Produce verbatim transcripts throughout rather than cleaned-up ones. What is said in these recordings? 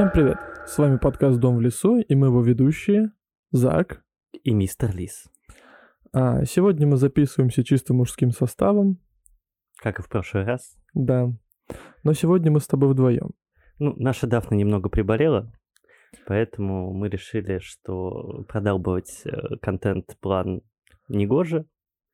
Всем привет! С вами подкаст «Дом в лесу» и мы его ведущие Зак и мистер Лис. А сегодня мы записываемся чисто мужским составом. Как и в прошлый раз. Да. Но сегодня мы с тобой вдвоем. Ну, наша Дафна немного приболела, поэтому мы решили, что продалбывать контент-план негоже,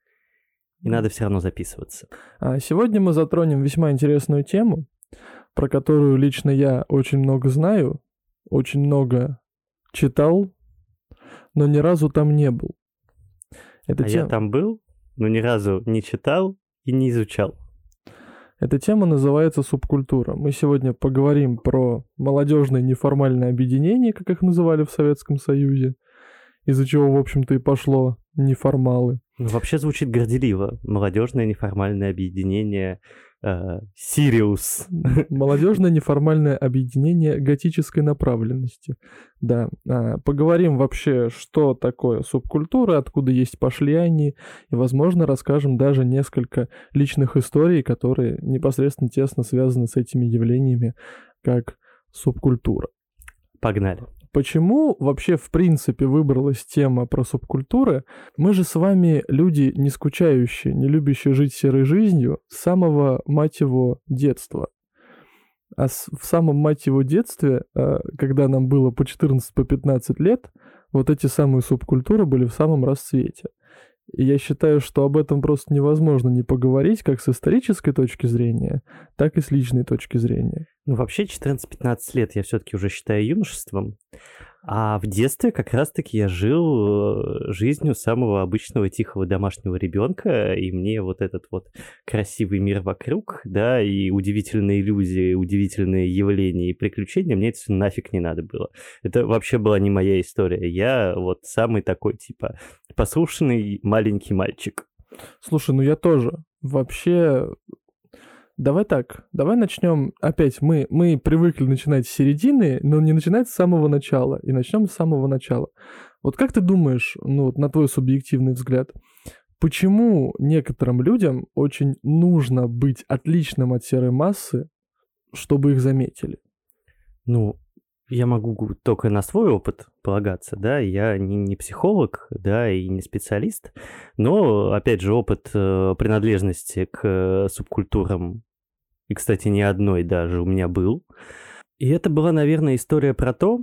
и надо все равно записываться. А сегодня мы затронем весьма интересную тему, про которую лично я очень много знаю, очень много читал, но ни разу там не был. Эта а тем... я там был, но ни разу не читал и не изучал. Эта тема называется субкультура. Мы сегодня поговорим про молодежные неформальные объединения, как их называли в Советском Союзе, из-за чего, в общем-то, и пошло неформалы. Ну, вообще звучит горделиво. Молодежное неформальное объединение Сириус. Uh, Молодежное неформальное объединение готической направленности. Да. А, поговорим вообще, что такое субкультура, откуда есть пошли они, и, возможно, расскажем даже несколько личных историй, которые непосредственно тесно связаны с этими явлениями, как субкультура. Погнали. Почему вообще в принципе выбралась тема про субкультуры? Мы же с вами люди не скучающие, не любящие жить серой жизнью с самого, мать его, детства. А с, в самом, мать его, детстве, когда нам было по четырнадцать-пятнадцать лет, вот эти самые субкультуры были в самом расцвете. И я считаю, что об этом просто невозможно не поговорить как с исторической точки зрения, так и с личной точки зрения. Ну, вообще четырнадцать-пятнадцать лет я все-таки уже считаю юношеством, а в детстве как раз-таки я жил жизнью самого обычного тихого домашнего ребенка, и мне вот этот вот красивый мир вокруг, да, и удивительные иллюзии, удивительные явления и приключения, мне это все нафиг не надо было. Это вообще была не моя история. Я вот самый такой, типа, послушный маленький мальчик. Слушай, ну я тоже. Вообще... Давай так, давай начнем опять. Мы, мы привыкли начинать с середины, но не начинать с самого начала. И начнем с самого начала. Вот как ты думаешь, ну вот на твой субъективный взгляд, почему некоторым людям очень нужно быть отличным от серой массы, чтобы их заметили? Ну, я могу только на свой опыт полагаться, да, я не, не психолог, да, и не специалист, но, опять же, опыт э, принадлежности к субкультурам, и, кстати, не одной даже у меня был. И это была, наверное, история про то,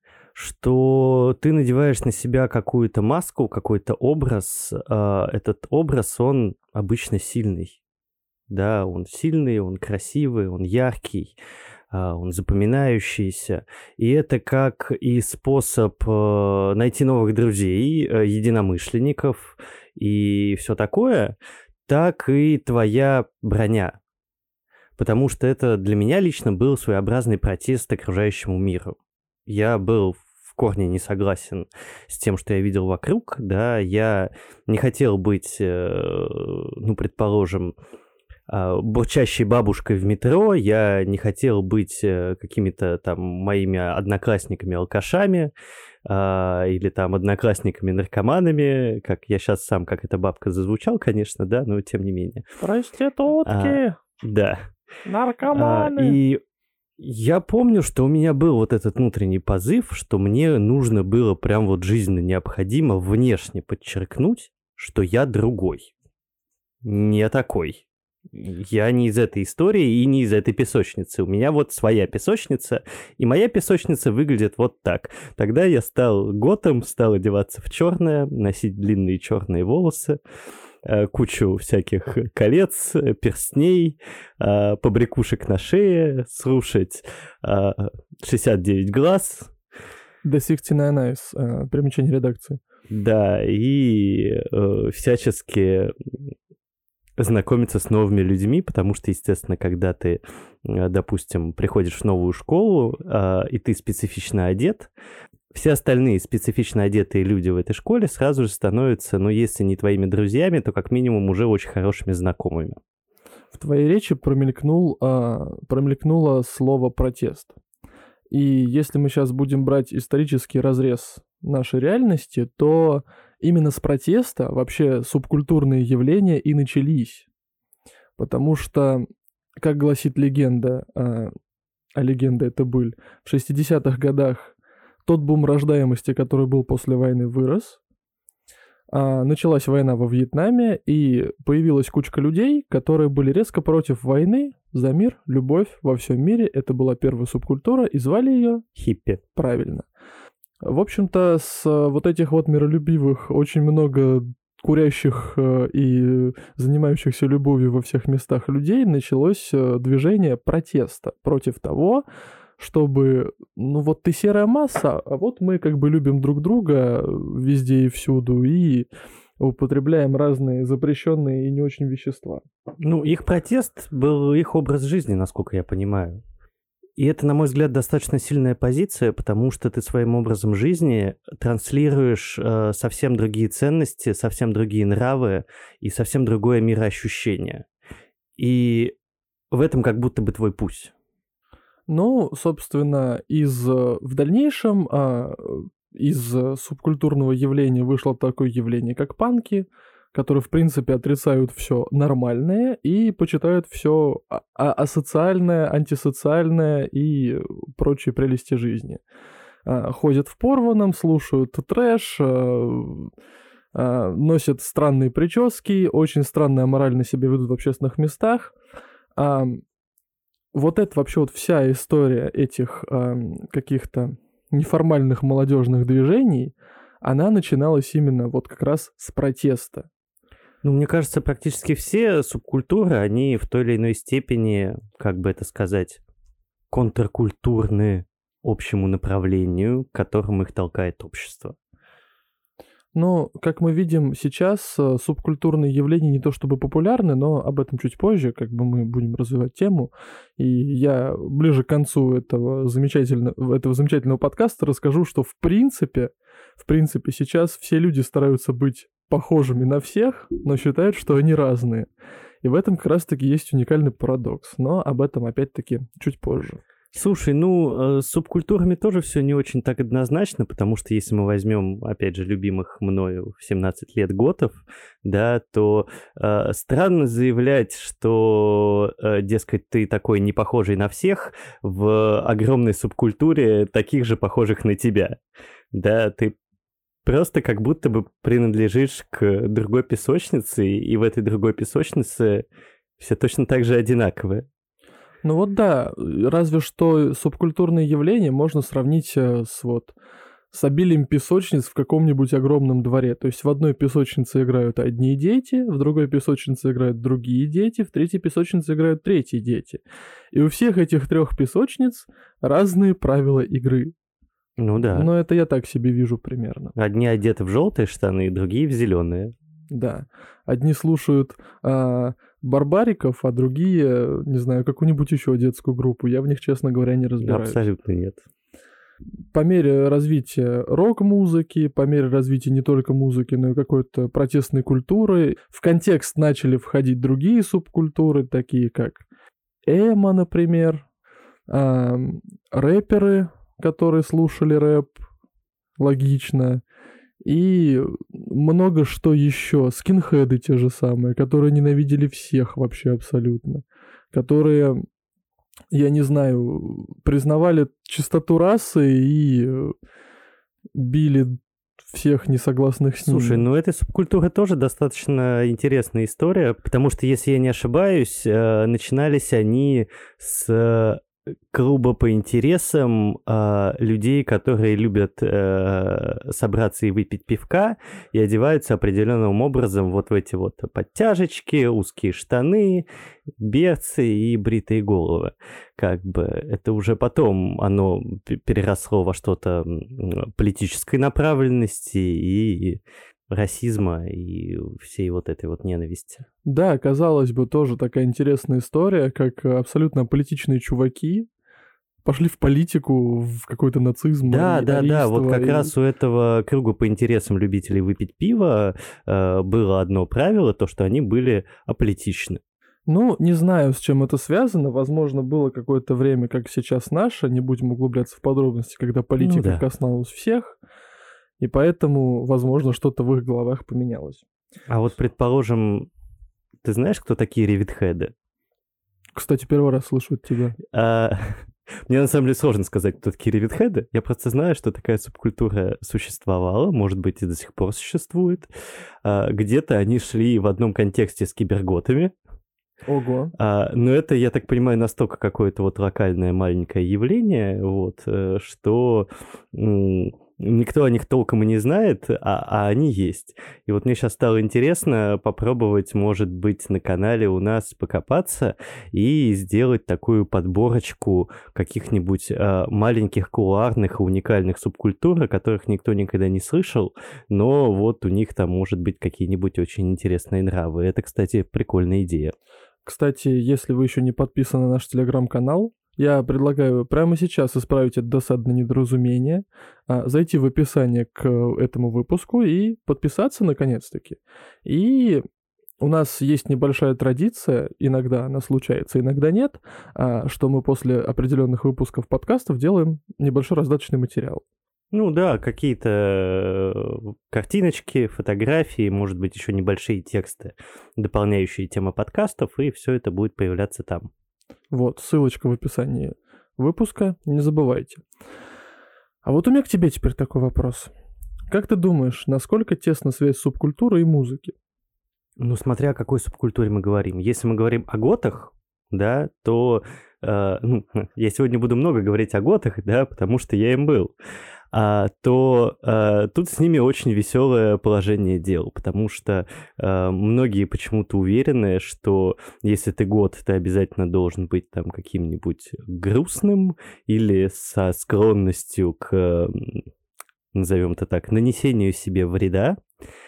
что ты надеваешь на себя какую-то маску, какой-то образ, э, этот образ, он обычно сильный, да, он сильный, он красивый, он яркий, он запоминающийся, и это как и способ э, найти новых друзей, э, единомышленников и все такое, так и твоя броня. Потому что это для меня лично был своеобразный протест окружающему миру. Я был в корне не согласен с тем, что я видел вокруг, да, я не хотел быть, э, ну, предположим, бурчащей бабушкой в метро, я не хотел быть какими-то там моими одноклассниками-алкашами а, или там одноклассниками-наркоманами, как я сейчас сам, как эта бабка зазвучал, конечно, да, но тем не менее. Проститутки! А, да. Наркоманы! А, и я помню, что у меня был вот этот внутренний позыв, что мне нужно было прям вот жизненно необходимо внешне подчеркнуть, что я другой, не такой. Я не из этой истории и не из этой песочницы. У меня вот своя песочница, и моя песочница выглядит вот так. Тогда я стал готом, стал одеваться в черное, носить длинные черные волосы, кучу всяких колец, перстней, побрякушек на шее, слушать шестьдесят девять глаз. The шестьдесят девять Eyes, примечание редакции. Да, и всячески... знакомиться с новыми людьми, потому что, естественно, когда ты, допустим, приходишь в новую школу, и ты специфично одет, все остальные специфично одетые люди в этой школе сразу же становятся, ну, если не твоими друзьями, то как минимум уже очень хорошими знакомыми. В твоей речи промелькнул, промелькнуло слово «протест». И если мы сейчас будем брать исторический разрез нашей реальности, то именно с протеста вообще субкультурные явления и начались. Потому что, как гласит легенда, а легенда это быль, в шестидесятых годах тот бум рождаемости, который был после войны, вырос. А, началась война во Вьетнаме, и появилась кучка людей, которые были резко против войны за мир, любовь во всем мире. Это была первая субкультура, и звали ее хиппи. Правильно. В общем-то, с вот этих вот миролюбивых очень много курящих э, и занимающихся любовью во всех местах людей началось э, движение протеста против того, чтобы, ну вот ты серая масса, а вот мы как бы любим друг друга везде и всюду и употребляем разные запрещенные и не очень вещества. Ну, их протест был их образ жизни, насколько я понимаю. И это, на мой взгляд, достаточно сильная позиция, потому что ты своим образом жизни транслируешь э, совсем другие ценности, совсем другие нравы и совсем другое мироощущение. И в этом как будто бы твой путь. Ну, собственно, из в дальнейшем а, из субкультурного явления вышло такое явление, как панки, которые, в принципе, отрицают все нормальное и почитают все а- асоциальное, антисоциальное и прочие прелести жизни. А, ходят в порваном, слушают трэш, а, а, носят странные прически, очень странно аморально себя ведут в общественных местах. А, вот это вообще вот вся история этих а, каких-то неформальных молодежных движений, она начиналась именно вот как раз с протеста. Ну, мне кажется, практически все субкультуры, они в той или иной степени, как бы это сказать, контркультурны общему направлению, к которому их толкает общество. Но, как мы видим сейчас, субкультурные явления не то чтобы популярны, но об этом чуть позже, как бы мы будем развивать тему. И я ближе к концу этого замечательного, этого замечательного подкаста расскажу, что в принципе, в принципе сейчас все люди стараются быть похожими на всех, но считают, что они разные. И в этом как раз-таки есть уникальный парадокс. Но об этом опять-таки чуть позже. Слушай, ну, с субкультурами тоже все не очень так однозначно, потому что если мы возьмем, опять же, любимых мною в семнадцать лет готов, да, то э, странно заявлять, что, э, дескать, ты такой не похожий на всех в огромной субкультуре таких же похожих на тебя. Да, ты просто как будто бы принадлежишь к другой песочнице, и в этой другой песочнице все точно так же одинаковые. Ну вот да, разве что субкультурные явления можно сравнить с вот с обилием песочниц в каком-нибудь огромном дворе. То есть в одной песочнице играют одни дети, в другой песочнице играют другие дети, в третьей песочнице играют третьи дети. И у всех этих трех песочниц разные правила игры. Ну да. Но это я так себе вижу примерно. Одни одеты в желтые штаны, другие в зеленые. Да. Одни слушают а, барбариков, а другие, не знаю, какую-нибудь еще детскую группу. Я в них, честно говоря, не разбираюсь. Абсолютно нет. По мере развития рок-музыки, по мере развития не только музыки, но и какой-то протестной культуры, в контекст начали входить другие субкультуры, такие как эмо, например, а, рэперы, которые слушали рэп, логично, и много что еще. Скинхеды те же самые, которые ненавидели всех вообще абсолютно. Которые, я не знаю, признавали чистоту расы и били всех несогласных с ними. Слушай, ну этой субкультуры тоже достаточно интересная история, потому что, если я не ошибаюсь, начинались они с клуба по интересам э, людей, которые любят э, собраться и выпить пивка, и одеваются определенным образом вот в эти вот подтяжечки, узкие штаны, берцы и бритые головы. Как бы это уже потом оно переросло во что-то политической направленности и расизма и всей вот этой вот ненависти. Да, казалось бы, тоже такая интересная история, как абсолютно политичные чуваки пошли в политику, в какой-то нацизм. Да, и да, да, вот как и... раз у этого круга по интересам любителей выпить пиво э, было одно правило, то, что они были аполитичны. Ну, не знаю, с чем это связано. Возможно, было какое-то время, как сейчас наше, не будем углубляться в подробности, когда политика ну, да. коснулась всех. И поэтому, возможно, что-то в их головах поменялось. А вот, предположим, ты знаешь, кто такие ревитхеды? Кстати, первый раз слышу от тебя. А, Мне на самом деле сложно сказать, кто такие ревитхеды. Я просто знаю, что такая субкультура существовала, может быть, и до сих пор существует. А, где-то они шли в одном контексте с киберготами. Ого. А, но это, я так понимаю, настолько какое-то вот локальное маленькое явление, вот, что м- никто о них толком и не знает, а, а они есть. И вот мне сейчас стало интересно попробовать, может быть, на канале у нас покопаться и сделать такую подборочку каких-нибудь а, маленьких кулуарных и уникальных субкультур, о которых никто никогда не слышал, но вот у них там может быть какие-нибудь очень интересные нравы. Это, кстати, прикольная идея. Кстати, если вы еще не подписаны на наш телеграм-канал, я предлагаю прямо сейчас исправить это досадное недоразумение, зайти в описание к этому выпуску и подписаться наконец-таки. И у нас есть небольшая традиция, иногда она случается, иногда нет, что мы после определенных выпусков подкастов делаем небольшой раздаточный материал. Ну да, какие-то картиночки, фотографии, может быть, еще небольшие тексты, дополняющие темы подкастов, и все это будет появляться там. Вот, ссылочка в описании выпуска, не забывайте. А вот у меня к тебе теперь такой вопрос. Как ты думаешь, насколько тесна связь субкультуры и музыки? Ну, смотря о какой субкультуре мы говорим. Если мы говорим о готах, да, то э, ну, я сегодня буду много говорить о готах, да, потому что я им был. А, то а, тут с ними очень веселое положение дел, потому что а, многие почему-то уверены, что если ты гот, ты обязательно должен быть там каким-нибудь грустным или со склонностью к, назовем это так, нанесению себе вреда.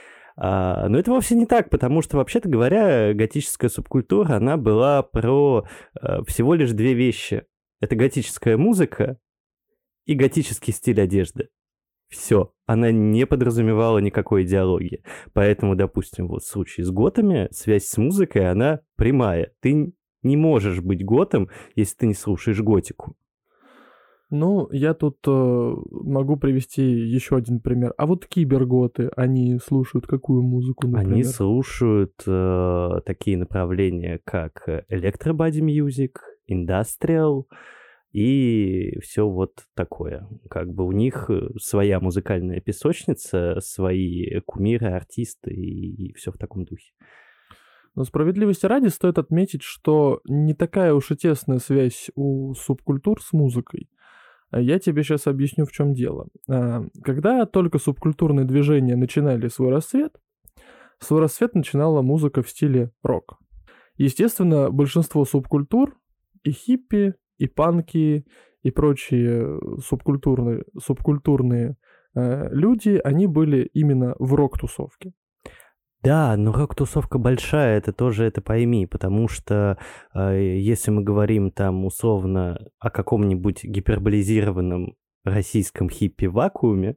А, но это вовсе не так, потому что, вообще-то говоря, готическая субкультура, она была про а, всего лишь две вещи. Это готическая музыка и готический стиль одежды. Все. Она не подразумевала никакой идеологии. Поэтому, допустим, вот в случае с готами связь с музыкой, она прямая. Ты не можешь быть готом, если ты не слушаешь готику. Ну, я тут э, могу привести еще один пример. А вот киберготы, они слушают какую музыку, например? Они слушают э, такие направления, как электробади мьюзик, индастриал, и все вот такое. Как бы у них своя музыкальная песочница, свои кумиры, артисты и, и все в таком духе. Но справедливости ради стоит отметить, что не такая уж и тесная связь у субкультур с музыкой. Я тебе сейчас объясню, в чем дело. Когда только субкультурные движения начинали свой расцвет, свой расцвет начинала музыка в стиле рок. Естественно, большинство субкультур, и хиппи, и панки, и прочие субкультурные, субкультурные э, люди, они были именно в рок-тусовке. Да, но рок-тусовка большая, это тоже это пойми, потому что э, если мы говорим там условно о каком-нибудь гиперболизированном российском хиппи-вакууме,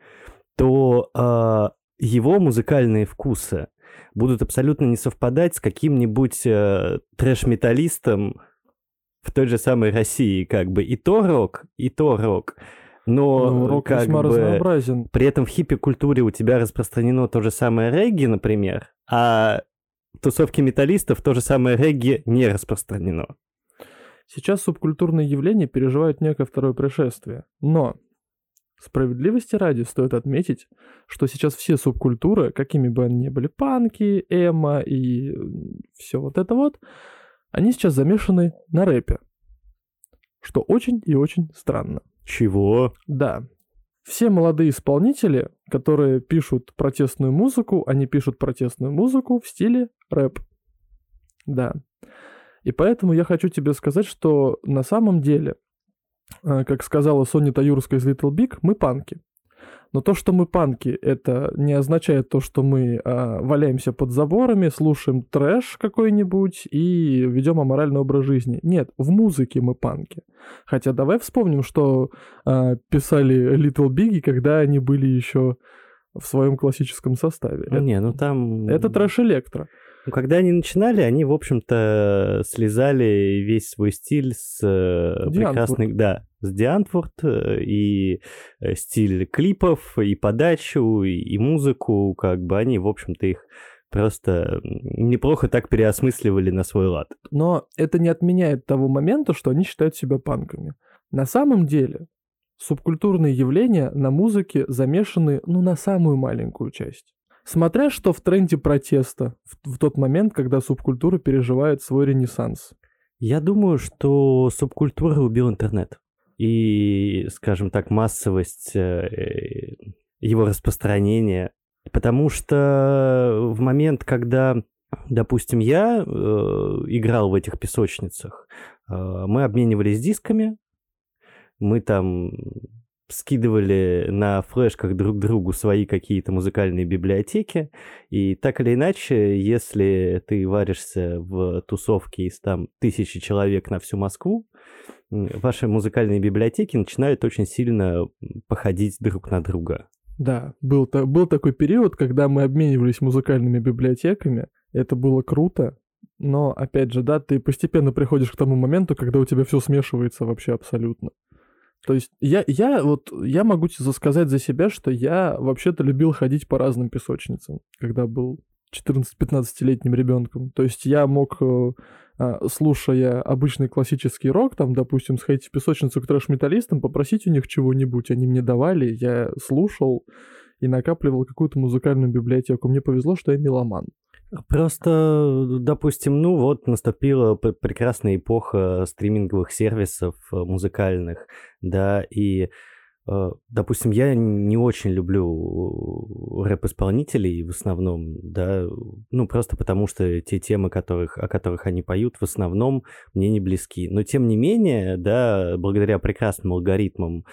то э, его музыкальные вкусы будут абсолютно не совпадать с каким-нибудь э, трэш-металлистом в той же самой России, как бы и то рок, и то рок. Но ну, рок как весьма бы разнообразен. При этом в хиппи-культуре у тебя распространено то же самое регги, например, а в тусовке металлистов то же самое регги не распространено. Сейчас субкультурные явления переживают некое второе пришествие. Но справедливости ради стоит отметить, что сейчас все субкультуры, какими бы они ни были, панки, эмо и все вот это вот, они сейчас замешаны на рэпе. Что очень и очень странно. Чего? Да. Все молодые исполнители, которые пишут протестную музыку, они пишут протестную музыку в стиле рэп. Да. И поэтому я хочу тебе сказать, что на самом деле, как сказала Соня Таюрская из Little Big, мы панки. Но то, что мы панки, это не означает то, что мы а, валяемся под заборами, слушаем трэш какой-нибудь и ведем аморальный образ жизни. Нет, в музыке мы панки. Хотя давай вспомним, что а, писали Little Big, когда они были еще в своем классическом составе. Ну, это, не, ну там... Это трэш-электро. Ну, когда они начинали, они, в общем-то, слезали весь свой стиль с э, прекрасных... Да, с Ди Антвурд, и э, стиль клипов, и подачу, и, и музыку, как бы они, в общем-то, их просто неплохо так переосмысливали на свой лад. Но это не отменяет того момента, что они считают себя панками. На самом деле субкультурные явления на музыке замешаны, ну, на самую маленькую часть. Смотря что в тренде протеста в, в тот момент, когда субкультура переживает свой ренессанс. Я думаю, что субкультура убил интернет. И, скажем так, массовость э, его распространения. Потому что в момент, когда, допустим, я э, играл в этих песочницах, э, мы обменивались дисками, мы там скидывали на флешках друг другу свои какие-то музыкальные библиотеки, и так или иначе, если ты варишься в тусовке из там тысячи человек на всю Москву, ваши музыкальные библиотеки начинают очень сильно походить друг на друга. Да, был, был такой период, когда мы обменивались музыкальными библиотеками, это было круто, но, опять же, да, ты постепенно приходишь к тому моменту, когда у тебя все смешивается вообще абсолютно. То есть я, я вот, я могу сказать за себя, что я вообще-то любил ходить по разным песочницам, когда был четырнадцати-пятнадцатилетним ребенком. То есть я мог, слушая обычный классический рок, там, допустим, сходить в песочницу к трэш-металлистам, попросить у них чего-нибудь, они мне давали, я слушал и накапливал какую-то музыкальную библиотеку. Мне повезло, что я меломан. Просто, допустим, ну вот наступила прекрасная эпоха стриминговых сервисов музыкальных, да, и, допустим, я не очень люблю рэп-исполнителей в основном, да, ну просто потому что те темы, которых, о которых они поют, в основном мне не близки. Но тем не менее, да, благодаря прекрасным алгоритмам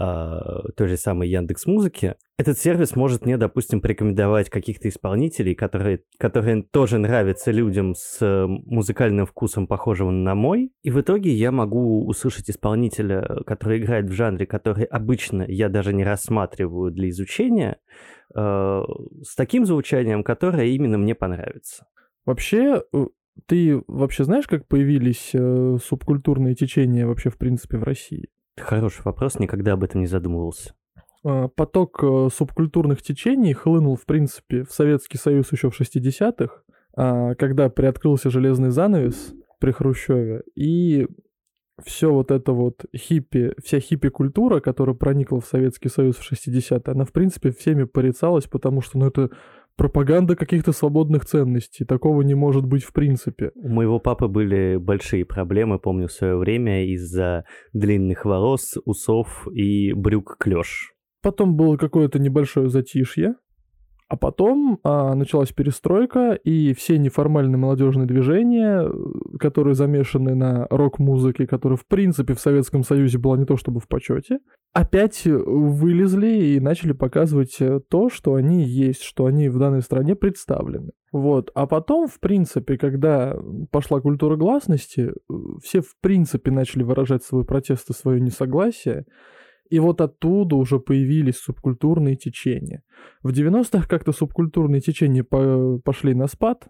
той же самой Яндекс.Музыки, этот сервис может мне, допустим, порекомендовать каких-то исполнителей, которые, которые тоже нравятся людям с музыкальным вкусом, похожим на мой. И в итоге я могу услышать исполнителя, который играет в жанре, который обычно я даже не рассматриваю для изучения, э, с таким звучанием, которое именно мне понравится. Вообще, ты вообще знаешь, как появились э, субкультурные течения вообще в принципе в России? Хороший вопрос, никогда об этом не задумывался. Поток субкультурных течений хлынул, в принципе, в Советский Союз еще в шестидесятых, когда приоткрылся железный занавес при Хрущеве, и все вот это вот хиппи, вся хиппи-культура, которая проникла в Советский Союз в шестидесятые, она, в принципе, всеми порицалась, потому что, ну, это пропаганда каких-то свободных ценностей. Такого не может быть в принципе. У моего папы были большие проблемы, помню, в свое время из-за длинных волос, усов и брюк-клёш. Потом было какое-то небольшое затишье, а потом а, началась перестройка, и все неформальные молодежные движения, которые замешаны на рок-музыке, которая в принципе в Советском Союзе была не то чтобы в почете, опять вылезли и начали показывать то, что они есть, что они в данной стране представлены. Вот. А потом, в принципе, когда пошла культура гласности, все в принципе начали выражать свой протест и свое несогласие, и вот оттуда уже появились субкультурные течения. В девяностых как-то субкультурные течения по- пошли на спад,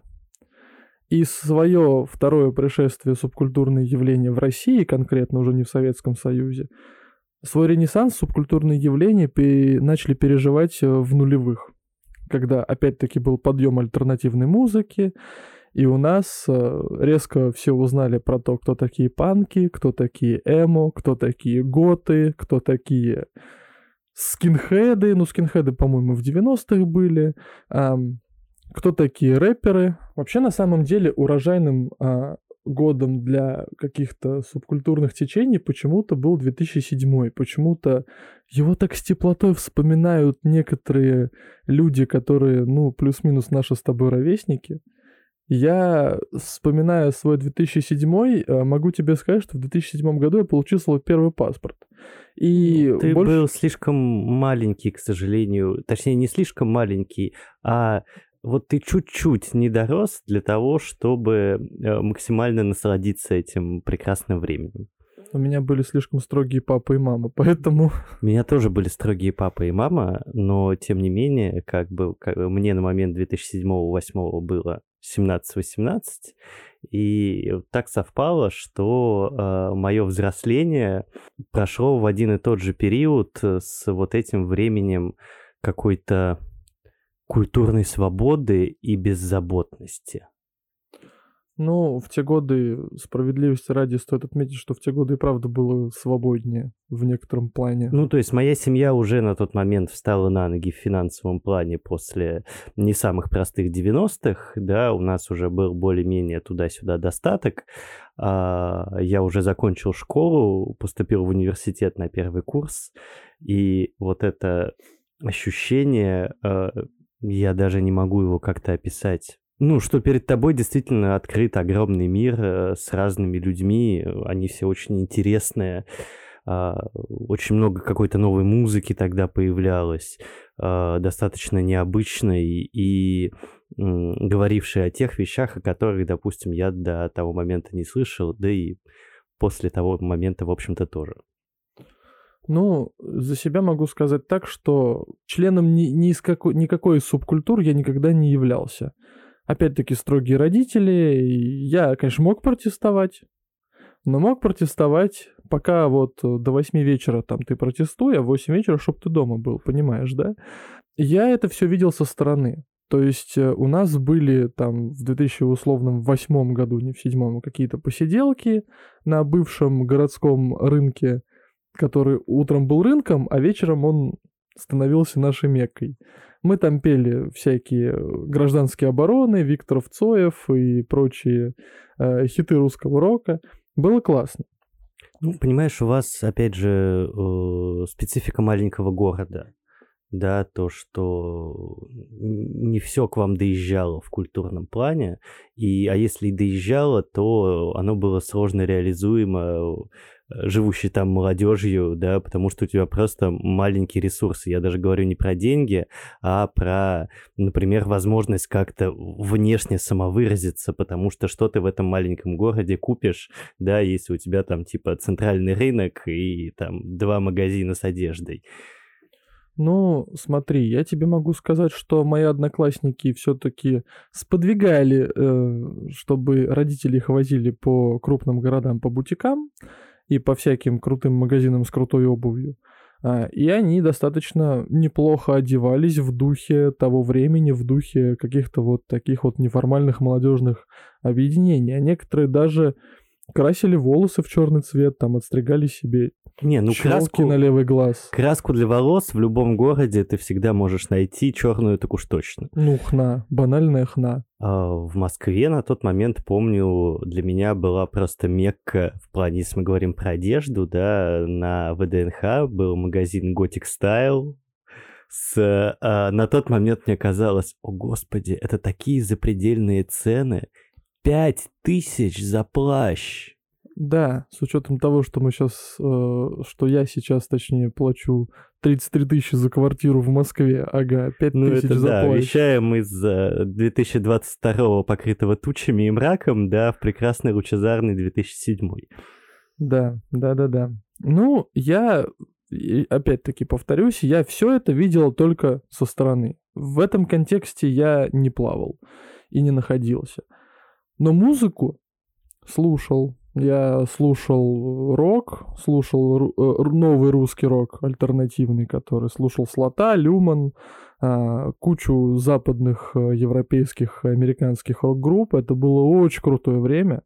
и свое второе пришествие субкультурные явления в России, конкретно уже не в Советском Союзе, свой ренессанс субкультурные явления пе- начали переживать в нулевых, когда опять-таки был подъем альтернативной музыки, и у нас э, резко все узнали про то, кто такие панки, кто такие эмо, кто такие готы, кто такие скинхеды. Ну, скинхеды, по-моему, в девяностых были. Э, кто такие рэперы. Вообще, на самом деле, урожайным э, годом для каких-то субкультурных течений почему-то был две тысячи седьмой. Почему-то его так с теплотой вспоминают некоторые люди, которые, ну, плюс-минус наши с тобой ровесники. Я, вспоминая свой две тысячи седьмой, могу тебе сказать, что в две тысячи седьмом году я получил свой первый паспорт. И Ты больше... был слишком маленький, к сожалению. Точнее, не слишком маленький, а вот ты чуть-чуть не дорос для того, чтобы максимально насладиться этим прекрасным временем. У меня были слишком строгие папа и мама, поэтому... У меня тоже были строгие папа и мама, но тем не менее, как бы как, мне на момент две тысячи седьмого-восьмого было семнадцать-восемнадцать, и так совпало, что э, мое взросление прошло в один и тот же период с вот этим временем какой-то культурной свободы и беззаботности. Ну, в те годы, справедливости ради, стоит отметить, что в те годы и правда было свободнее в некотором плане. Ну, то есть моя семья уже на тот момент встала на ноги в финансовом плане после не самых простых девяностых, да, у нас уже был более-менее туда-сюда достаток. А, я уже закончил школу, поступил в университет на первый курс, и вот это ощущение, а, я даже не могу его как-то описать. Ну, что перед тобой действительно открыт огромный мир э, с разными людьми, они все очень интересные, э, очень много какой-то новой музыки тогда появлялось, э, достаточно необычной и э, говорившей о тех вещах, о которых, допустим, я до того момента не слышал, да и после того момента, в общем-то, тоже. Ну, за себя могу сказать так, что членом ни, ни из какой, никакой из субкультур я никогда не являлся. Опять-таки, строгие родители. Я, конечно, мог протестовать, но мог протестовать, пока вот до восьми вечера там ты протестуй, а в восемь вечера, чтобы ты дома был, понимаешь, да? Я это все видел со стороны. То есть у нас были там в две тысячи восьмом году, не в седьмом, какие-то посиделки на бывшем городском рынке, который утром был рынком, а вечером он становился нашей Меккой. Мы там пели всякие гражданские обороны, Викторов Цоев и прочие э, хиты русского рока. Было классно. Ну, понимаешь, у вас, опять же, э, специфика маленького города. Да, то, что не все к вам доезжало в культурном плане, и, а если и доезжало, то оно было сложно реализуемо живущей там молодежью, да, потому что у тебя просто маленькие ресурсы. Я даже говорю не про деньги, а про, например, возможность как-то внешне самовыразиться, потому что что ты в этом маленьком городе купишь, да, если у тебя там типа центральный рынок и там два магазина с одеждой. Ну, смотри, я тебе могу сказать, что мои одноклассники все-таки сподвигали, э, чтобы родители их возили по крупным городам, по бутикам и по всяким крутым магазинам с крутой обувью. А, и они достаточно неплохо одевались в духе того времени, в духе каких-то вот таких вот неформальных молодежных объединений. А некоторые даже красили волосы в черный цвет, там отстригали себе не, ну краску на левый глаз. Краску для волос в любом городе ты всегда можешь найти, черную так уж точно. Ну, хна, банальная хна. А в Москве на тот момент, помню, для меня была просто Мекка в плане, если мы говорим про одежду, да, на ВДНХ был магазин Gothic Style. С, а, на тот момент мне казалось, о господи, это такие запредельные цены. Пять тысяч за плащ. Да, с учетом того, что мы сейчас, э, что я сейчас, точнее, плачу тридцать три тысячи за квартиру в Москве, ага, пять ну, тысяч это, за да, плащ. Вещаем из две тысячи двадцать второго, покрытого тучами и мраком, да, в прекрасный лучезарный две тысячи седьмой. Да, да, да, да. Ну, я, опять-таки повторюсь, я все это видел только со стороны. В этом контексте я не плавал и не находился. Но музыку слушал. Я слушал рок, слушал ру- э, новый русский рок, альтернативный, который слушал Слота, Люман, э, кучу западных, э, европейских, американских рок-групп. Это было очень крутое время.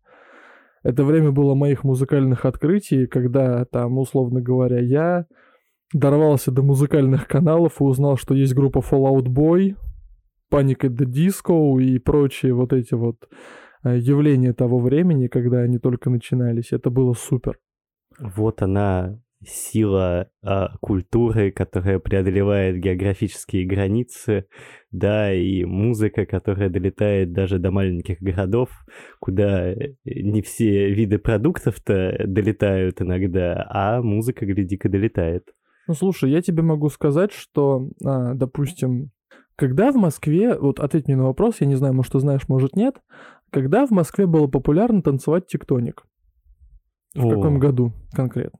Это время было моих музыкальных открытий, когда там, условно говоря, я дорвался до музыкальных каналов и узнал, что есть группа Fall Out Boy, Panic at the Disco и прочие вот эти вот явления того времени, когда они только начинались. Это было супер. Вот она, сила а, культуры, которая преодолевает географические границы, да, и музыка, которая долетает даже до маленьких городов, куда не все виды продуктов-то долетают иногда, а музыка, гляди-ка, долетает. Ну, слушай, я тебе могу сказать, что, а, допустим, когда в Москве, вот ответь мне на вопрос, я не знаю, может, ты знаешь, может, нет, когда в Москве было популярно танцевать тектоник? В О. каком году конкретно?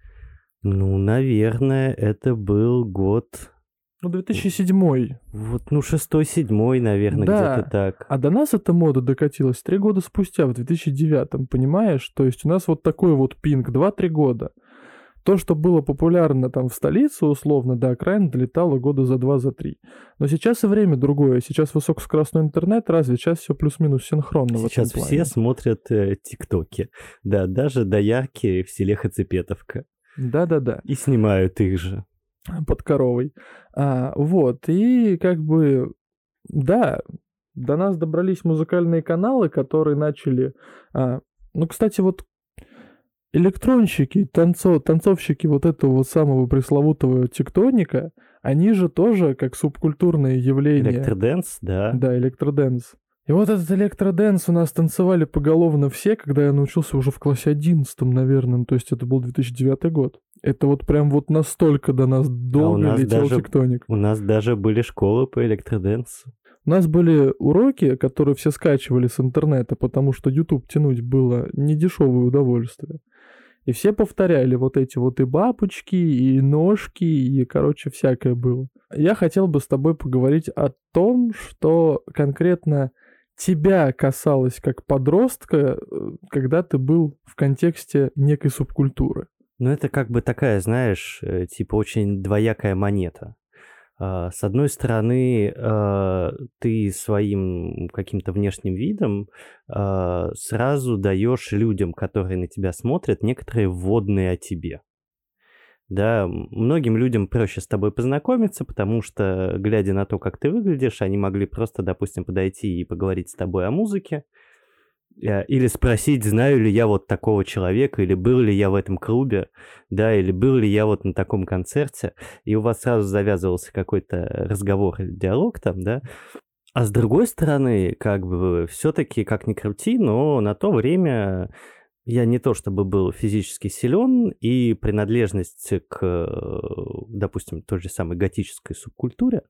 Ну, наверное, это был год... Ну, две тысячи седьмой. Вот, ну, шестой-седьмой, наверное, да. Где-то так. А до нас эта мода докатилась три года спустя, в две тысячи девятом, понимаешь? То есть у нас вот такой вот пинг, два-три года. То, что было популярно там в столице, условно, до окраин долетало года за два, за три. Но сейчас и время другое. Сейчас высокоскоростной интернет развит, сейчас все плюс-минус синхронно в этом Сейчас плане. все смотрят э, тиктоки. Да, даже доярки в селе Хацепетовка. Да-да-да. И снимают их же. Под коровой. А, вот, и как бы, да, до нас добрались музыкальные каналы, которые начали... А, ну, кстати, вот электронщики, танцо, танцовщики вот этого вот самого пресловутого тектоника, они же тоже как субкультурное явление. Электродэнс, да. Да, электродэнс. И вот этот электродэнс у нас танцевали поголовно все, когда я научился уже в классе одиннадцатом, наверное, ну, то есть это был две тысячи девятый год. Это вот прям вот настолько до нас долго а летел даже, тектоник. У нас даже были школы по электродэнсу. У нас были уроки, которые все скачивали с интернета, потому что YouTube тянуть было недешевое удовольствие. И все повторяли вот эти вот и бабочки, и ножки, и, короче, всякое было. Я хотел бы с тобой поговорить о том, что конкретно тебя касалось как подростка, когда ты был в контексте некой субкультуры. Ну, это как бы такая, знаешь, типа очень двоякая монета. С одной стороны, ты своим каким-то внешним видом сразу даешь людям, которые на тебя смотрят, некоторые вводные о тебе. Да, многим людям проще с тобой познакомиться, потому что, глядя на то, как ты выглядишь, они могли просто, допустим, подойти и поговорить с тобой о музыке, или спросить, знаю ли я вот такого человека, или был ли я в этом клубе, да, или был ли я вот на таком концерте, и у вас сразу завязывался какой-то разговор или диалог там, да. А с другой стороны, как бы, все-таки, как ни крути, но на то время я не то чтобы был физически силен, и принадлежность к, допустим, той же самой готической субкультуре,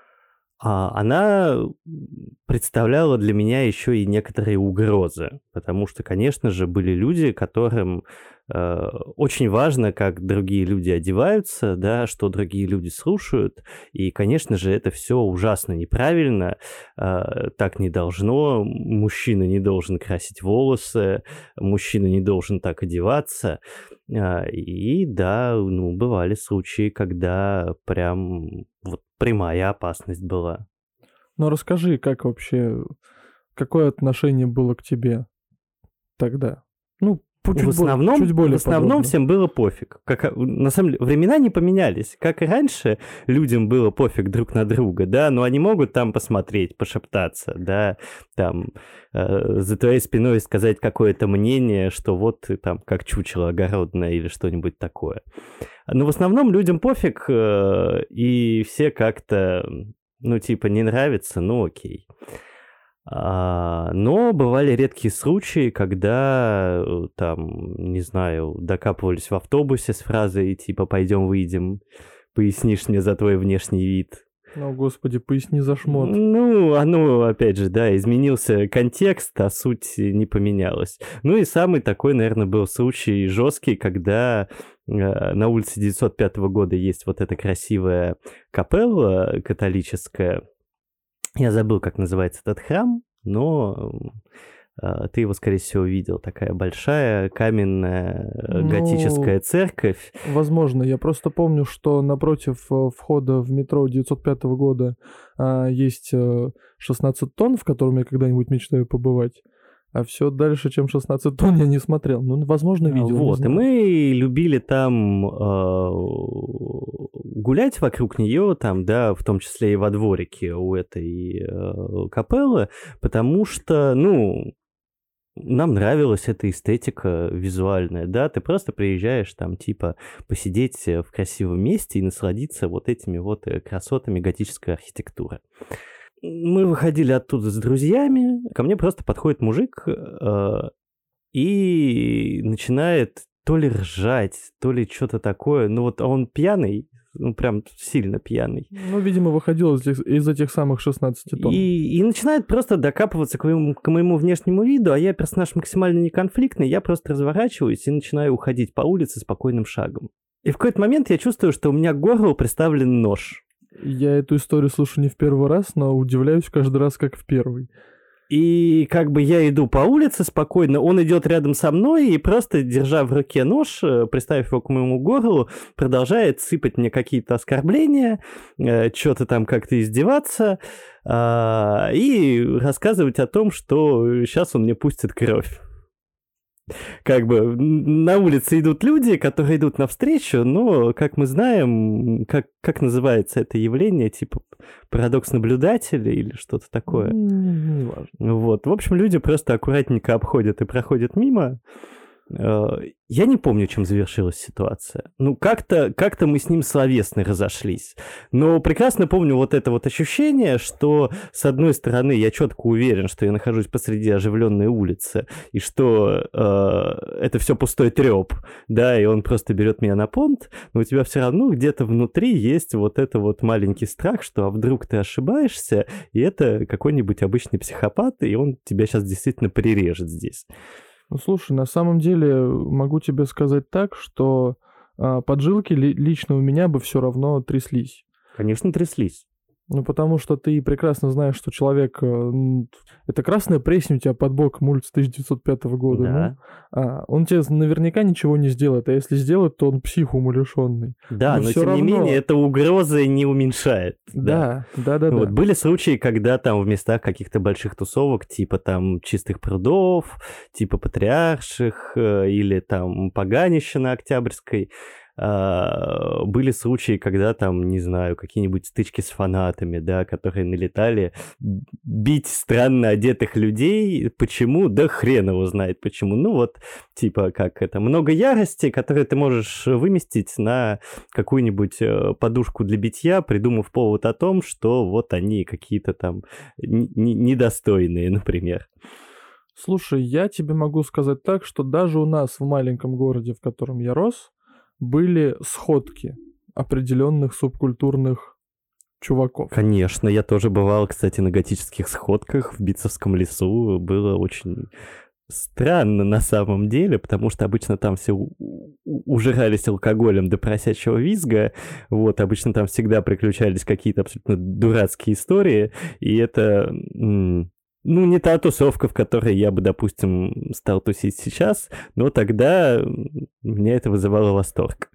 она представляла для меня еще и некоторые угрозы, потому что, конечно же, были люди, которым э, очень важно, как другие люди одеваются, да, что другие люди слушают, и, конечно же, это все ужасно неправильно, э, так не должно, мужчина не должен красить волосы, мужчина не должен так одеваться, э, и да, ну, бывали случаи, когда прям вот прямая опасность была. Ну, расскажи, как вообще, какое отношение было к тебе тогда? Ну, чуть, в основном, чуть более В основном подробно. Всем было пофиг. Как, на самом деле, времена не поменялись. Как и раньше, людям было пофиг друг на друга, да, но они могут там посмотреть, пошептаться, да, там, э, за твоей спиной сказать какое-то мнение, что вот ты там как чучело огородное или что-нибудь такое. Но в основном людям пофиг, э, и все как-то, ну, типа, не нравится, ну, окей. А, но бывали редкие случаи, когда, там, не знаю, докапывались в автобусе с фразой, типа, пойдем выйдем, пояснишь мне за твой внешний вид. Ну, господи, поясни за шмот. Ну, оно, опять же, да, изменился контекст, а суть не поменялась. Ну и самый такой, наверное, был случай жесткий, когда э, на улице девятьсот пятого года есть вот эта красивая капелла католическая. Я забыл, как называется этот храм, но э, ты его, скорее всего, видел. Такая большая каменная Ну, готическая церковь. Возможно, я просто помню, что напротив э, входа в метро девятьсот пятого года а, есть э, шестнадцать тонн, в котором я когда-нибудь мечтаю побывать. А все дальше, чем шестнадцать тонн, я не смотрел. Ну, возможно, видел. Вот, и мы любили там э, гулять вокруг нее, там, да, в том числе и во дворике у этой э, капеллы, потому что, ну, нам нравилась эта эстетика визуальная, да, ты просто приезжаешь там, типа, посидеть в красивом месте и насладиться вот этими вот красотами готической архитектуры. Мы выходили оттуда с друзьями, ко мне просто подходит мужик э, и начинает то ли ржать, то ли что-то такое. Ну вот он пьяный, ну прям сильно пьяный. Ну, видимо, выходил из этих, из этих самых шестнадцати тонн. И, и начинает просто докапываться к моему, к моему внешнему виду, а я персонаж максимально неконфликтный, я просто разворачиваюсь и начинаю уходить по улице спокойным шагом. И в какой-то момент я чувствую, что у меня к горлу приставлен нож. Я эту историю слышу не в первый раз, но удивляюсь каждый раз, как в первый. И как бы я иду по улице спокойно, он идет рядом со мной и просто, держа в руке нож, приставив его к моему горлу, продолжает сыпать мне какие-то оскорбления, что-то там как-то издеваться и рассказывать о том, что сейчас он мне пустит кровь. Как бы на улице идут люди, которые идут навстречу, но, как мы знаем, как, как называется это явление, типа парадокс наблюдателя или что-то такое. Не важно. Вот. В общем, люди просто аккуратненько обходят и проходят мимо. Я не помню, чем завершилась ситуация. Ну, как-то, как-то мы с ним словесно разошлись. Но прекрасно помню вот это вот ощущение, что, с одной стороны, я четко уверен, что я нахожусь посреди оживленной улицы, и что э, это все пустой треп, да, и он просто берет меня на понт, но у тебя все равно где-то внутри есть вот это вот маленький страх, что а вдруг ты ошибаешься, и это какой-нибудь обычный психопат, и он тебя сейчас действительно прирежет здесь. Ну, слушай, на самом деле могу тебе сказать так, что а, поджилки ли, лично у меня бы все равно тряслись. Конечно, тряслись. Ну, потому что ты прекрасно знаешь, что человек... Это красная плесень у тебя под боком, улица тысяча девятьсот пятого года. Да. Ну, а, он тебе наверняка ничего не сделает, а если сделает, то он псих умалишенный. Да, но, но тем равно... не менее, эта угроза не уменьшает. Да, да, да, да. Вот, да. Были случаи, когда там в местах каких-то больших тусовок, типа там Чистых прудов, типа Патриарших э, или там Поганища на Октябрьской, были случаи, когда там, не знаю, какие-нибудь стычки с фанатами, да, которые налетали бить странно одетых людей. Почему? Да хрен его знает почему. Ну вот, типа, как это, много ярости, которые ты можешь выместить на какую-нибудь подушку для битья, придумав повод о том, что вот они какие-то там недостойные, например. Слушай, я тебе могу сказать так, что даже у нас в маленьком городе, в котором я рос, были сходки определенных субкультурных чуваков. Конечно, я тоже бывал, кстати, на готических сходках в Битцевском лесу. Было очень странно на самом деле, потому что обычно там все ужирались алкоголем до просячего визга. Вот, обычно там всегда приключались какие-то абсолютно дурацкие истории, и это... М- Ну, не та тусовка, в которой я бы, допустим, стал тусить сейчас, но тогда меня это вызывало восторг.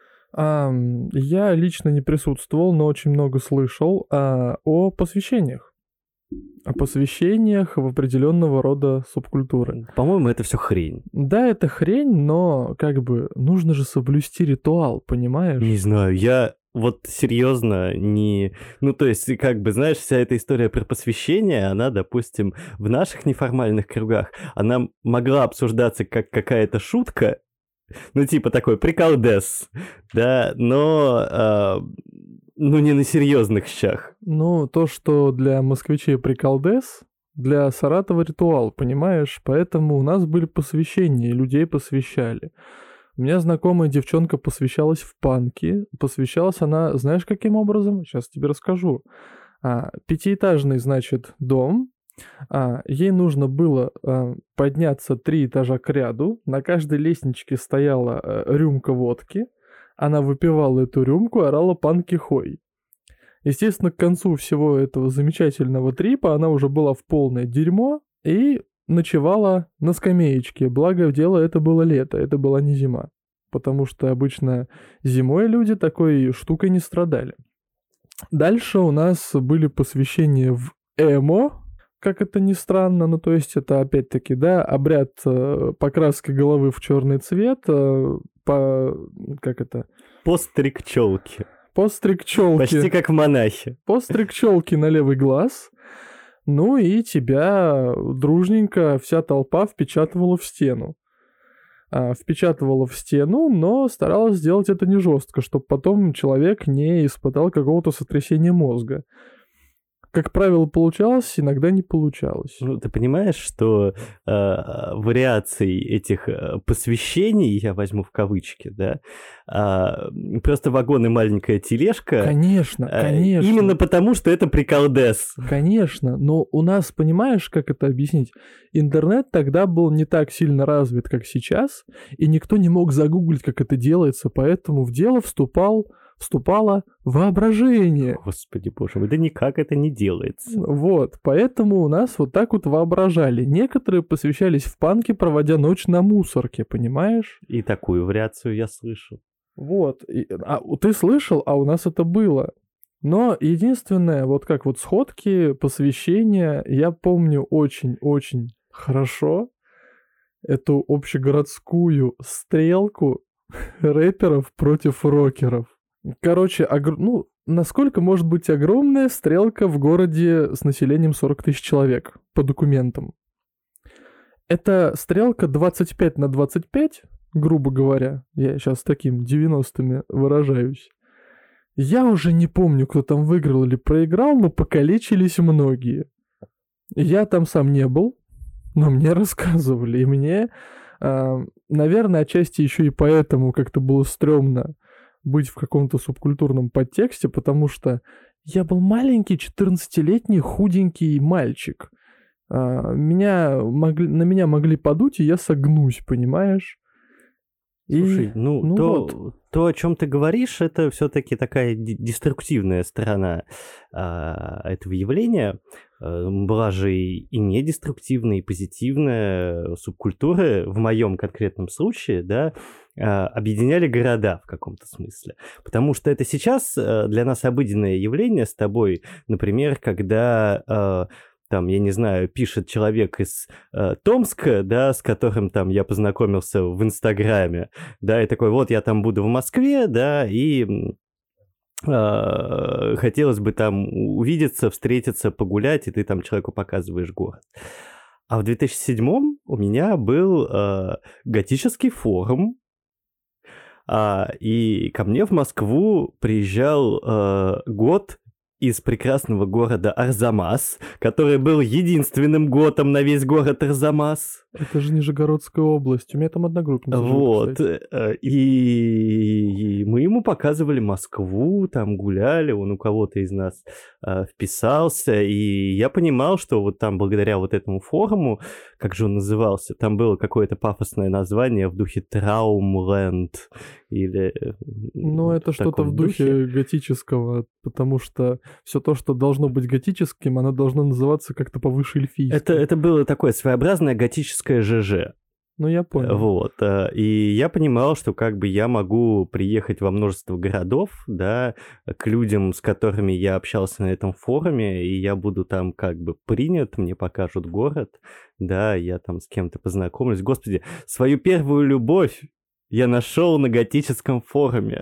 А, я лично не присутствовал, но очень много слышал а, о посвящениях. О посвящениях в определенного рода субкультуры. По-моему, это все хрень. Да, это хрень, но как бы нужно же соблюсти ритуал, понимаешь? Не знаю, я... Вот серьезно, не... Ну, то есть, как бы, знаешь, вся эта история про посвящение, она, допустим, в наших неформальных кругах, она могла обсуждаться как какая-то шутка, ну, типа такой приколдес, да, но, э, ну, не на серьезных щах. Ну, то, что для москвичей приколдес, для Саратова ритуал, понимаешь? Поэтому у нас были посвящения, и людей посвящали. У меня знакомая девчонка посвящалась в панки. Посвящалась она, знаешь, каким образом? Сейчас тебе расскажу. А, пятиэтажный, значит, дом. А, ей нужно было а, подняться три этажа к ряду. На каждой лестничке стояла а, рюмка водки. Она выпивала эту рюмку, орала панки хой. Естественно, к концу всего этого замечательного трипа она уже была в полное дерьмо и ночевала на скамеечке. Благо дело, это было лето, это была не зима. Потому что обычно зимой люди такой штукой не страдали. Дальше у нас были посвящения в эмо, как это ни странно. Ну, то есть это опять-таки, да, обряд э, покраски головы в черный цвет, э, по... как это? Постриг челки. Постриг челки. Почти как монахи. Постриг челки на левый глаз. Ну и тебя дружненько вся толпа впечатывала в стену. А, впечатывала в стену, но старалась сделать это не жестко, чтобы потом человек не испытал какого-то сотрясения мозга. Как правило, получалось, иногда не получалось. Ну, ты понимаешь, что э, вариаций этих э, посвящений, я возьму в кавычки, да, э, просто вагон и маленькая тележка. Конечно, э, конечно. Именно потому, что это приколдес. Конечно, но у нас, понимаешь, как это объяснить? Интернет тогда был не так сильно развит, как сейчас, и никто не мог загуглить, как это делается, поэтому в дело вступал вступало воображение. Господи боже мой, да никак это не делается. Вот, поэтому у нас вот так вот воображали. Некоторые посвящались в панке, проводя ночь на мусорке, понимаешь? И такую вариацию я слышал. Вот, и, а ты слышал, а у нас это было. Но единственное, вот как вот сходки, посвящения, я помню очень-очень хорошо эту общегородскую стрелку рэперов против рокеров. Короче, огр... ну, насколько может быть огромная стрелка в городе с населением сорок тысяч человек по документам? Это стрелка двадцать пять на двадцать пять, грубо говоря, я сейчас таким девяностыми выражаюсь. Я уже не помню, кто там выиграл или проиграл, но покалечились многие. Я там сам не был, но мне рассказывали, и мне, э, наверное, отчасти еще и поэтому как-то было стрёмно быть в каком-то субкультурном подтексте, потому что я был маленький четырнадцатилетний худенький мальчик. Э, меня могли, на меня могли подуть, и я согнусь, понимаешь? Слушай, И, ну, ну то, вот. то, о чем ты говоришь, это все-таки такая д- деструктивная сторона а, этого явления. А, была же и, и недеструктивная, и позитивная субкультура, в моем конкретном случае, да, а, объединяли города в каком-то смысле. Потому что это сейчас а, для нас обыденное явление с тобой, например, когда... А, там, я не знаю, пишет человек из э, Томска, да, с которым там я познакомился в Инстаграме, да, и такой, вот я там буду в Москве, да, и э, хотелось бы там увидеться, встретиться, погулять, и ты там человеку показываешь город. А в две тысячи седьмом у меня был э, готический форум, э, и ко мне в Москву приезжал э, гот из прекрасного города Арзамас, который был единственным готом на весь город Арзамас. Это же Нижегородская область. У меня там одногруппница живет, Вот. кстати. И мы ему показывали Москву, там гуляли, он у кого-то из нас э, вписался, и я понимал, что вот там благодаря вот этому форуму, как же он назывался, там было какое-то пафосное название в духе Траумленд или... Ну, это что-то в духе, духе готического, потому что все то, что должно быть готическим, оно должно называться как-то повыше эльфийского. Это, это было такое своеобразное готическое ЖЖ. Ну, я понял. Вот. И я понимал, что как бы я могу приехать во множество городов, да, к людям, с которыми я общался на этом форуме, и я буду там как бы принят, мне покажут город, да, я там с кем-то познакомлюсь. Господи, свою первую любовь я нашел на готическом форуме.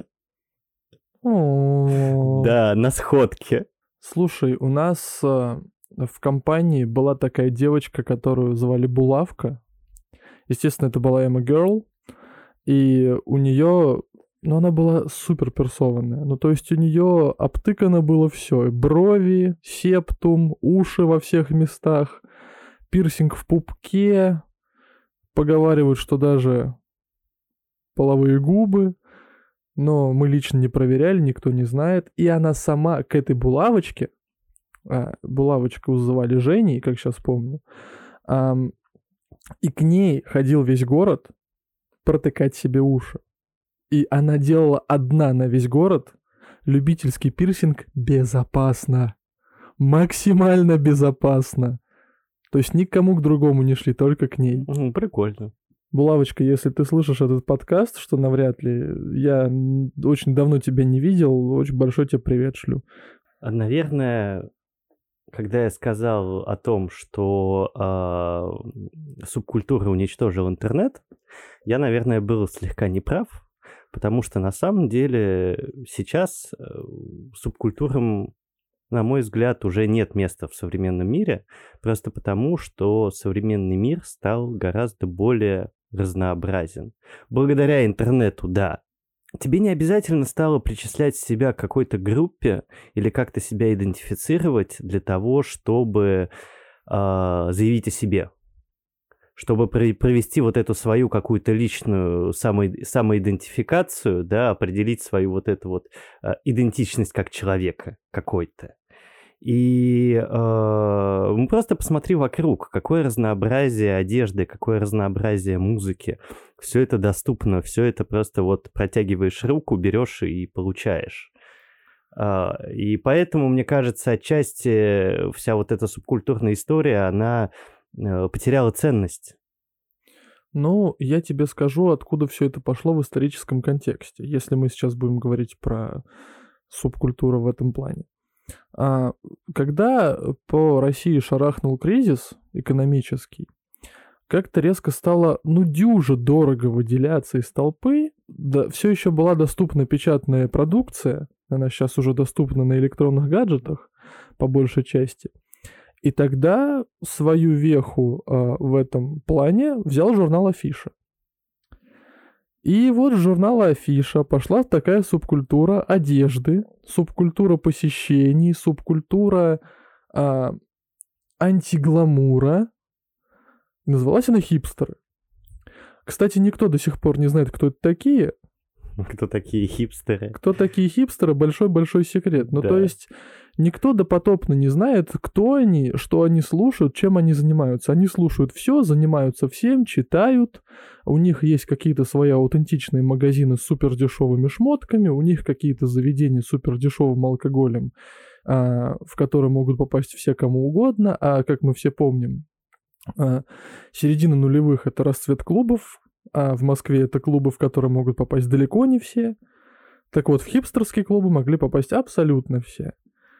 О-о-о. Да, на сходке. Слушай, у нас э, в компании была такая девочка, которую звали Булавка. Естественно, это была Эмма Girl, и у нее, ну, она была супер персованная. Ну, то есть у нее обтыкано было все: брови, септум, уши во всех местах, пирсинг в пупке, поговаривают, что даже половые губы, но мы лично не проверяли, никто не знает. И она сама к этой булавочке, а, булавочку звали Женей, как сейчас помню, а, и к ней ходил весь город протыкать себе уши. И она делала одна на весь город любительский пирсинг безопасно. Максимально безопасно. То есть никому к другому не шли, только к ней. Mm, прикольно. Булавочка, если ты слышишь этот подкаст, что навряд ли, я очень давно тебя не видел, очень большой тебе привет шлю. Наверное, когда я сказал о том, что э, субкультура уничтожил интернет, я, наверное, был слегка неправ, потому что на самом деле сейчас э, субкультурам, на мой взгляд, уже нет места в современном мире, просто потому, что современный мир стал гораздо более разнообразен. Благодаря интернету, да. Тебе не обязательно стало причислять себя к какой-то группе или как-то себя идентифицировать для того, чтобы э, заявить о себе, чтобы при, провести вот эту свою какую-то личную само, самоидентификацию, да, определить свою вот эту вот э, идентичность как человека какой-то. И э, просто посмотри вокруг, какое разнообразие одежды, какое разнообразие музыки, все это доступно, все это просто вот протягиваешь руку, берешь и получаешь. И поэтому, мне кажется, отчасти вся вот эта субкультурная история, она потеряла ценность. Ну, я тебе скажу, откуда все это пошло в историческом контексте, если мы сейчас будем говорить про субкультуру в этом плане. А, когда по России шарахнул кризис экономический, как-то резко стало, ну, дюже дорого выделяться из толпы. Да, все еще была доступна печатная продукция, она сейчас уже доступна на электронных гаджетах, по большей части. И тогда свою веху э, в этом плане взял журнал «Афиша». И вот с журнала «Афиша» пошла такая субкультура одежды, субкультура посещений, субкультура э, антигламура. Называлась она «Хипстеры». Кстати, никто до сих пор не знает, кто это такие. Кто такие хипстеры? Кто такие хипстеры, большой-большой секрет. Ну, да. То есть, никто допотопно не знает, кто они, что они слушают, чем они занимаются. Они слушают все, занимаются всем, читают. У них есть какие-то свои аутентичные магазины с супердешевыми шмотками, у них какие-то заведения с супердешевым алкоголем, а, в которые могут попасть все кому угодно. А, как мы все помним, а, середина нулевых — это расцвет клубов, а в Москве это клубы, в которые могут попасть далеко не все. Так вот, в хипстерские клубы могли попасть абсолютно все.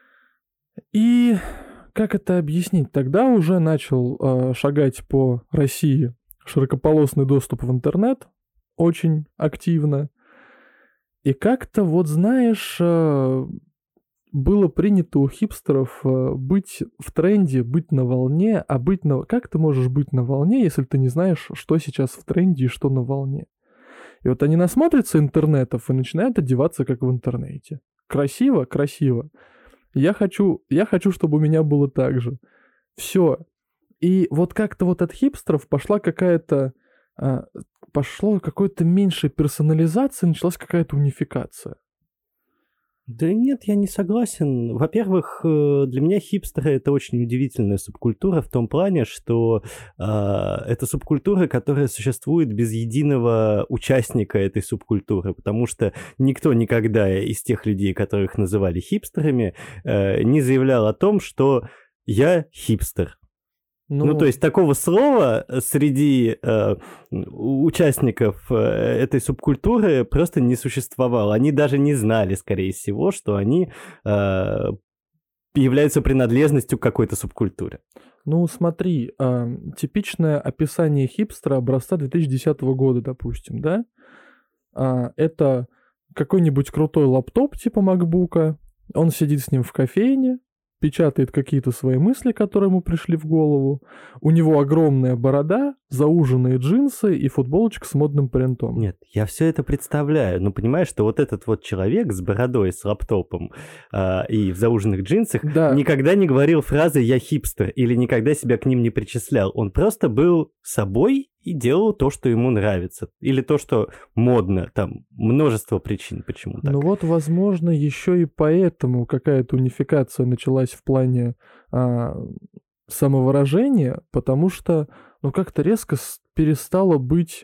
И как это объяснить? Тогда уже начал э, шагать по России широкополосный доступ в интернет очень активно. И как-то, вот знаешь, э, было принято у хипстеров э, быть в тренде, быть на волне, а быть на... Как ты можешь быть на волне, если ты не знаешь, что сейчас в тренде и что на волне? И вот они насмотрятся интернетов и начинают одеваться, как в интернете. Красиво? Красиво. Я хочу, я хочу, чтобы у меня было так же. Все. И вот как-то вот от хипстеров пошла какая-то... Э, пошло какое-то меньшая персонализация, началась какая-то унификация. Да нет, я не согласен. Во-первых, для меня хипстеры — это очень удивительная субкультура в том плане, что э, это субкультура, которая существует без единого участника этой субкультуры, потому что никто никогда из тех людей, которых называли хипстерами, э, не заявлял о том, что я хипстер. Ну, ну, то есть такого слова среди э, участников э, этой субкультуры просто не существовало. Они даже не знали, скорее всего, что они э, являются принадлежностью к какой-то субкультуре. Ну, смотри, э, типичное описание хипстера образца две тысячи десятого года, допустим, да? Э, это какой-нибудь крутой лаптоп типа макбука, он сидит с ним в кофейне, печатает какие-то свои мысли, которые ему пришли в голову. У него огромная борода, зауженные джинсы и футболочка с модным принтом. Нет, я все это представляю, но понимаешь, что вот этот вот человек с бородой, с лаптопом э, и в зауженных джинсах да. никогда не говорил фразы «я хипстер» или никогда себя к ним не причислял. Он просто был собой и делал то, что ему нравится. Или то, что модно. Там множество причин, почему так. Ну вот, возможно, еще и поэтому какая-то унификация началась в плане а, самовыражения, потому что, ну, как-то резко перестало быть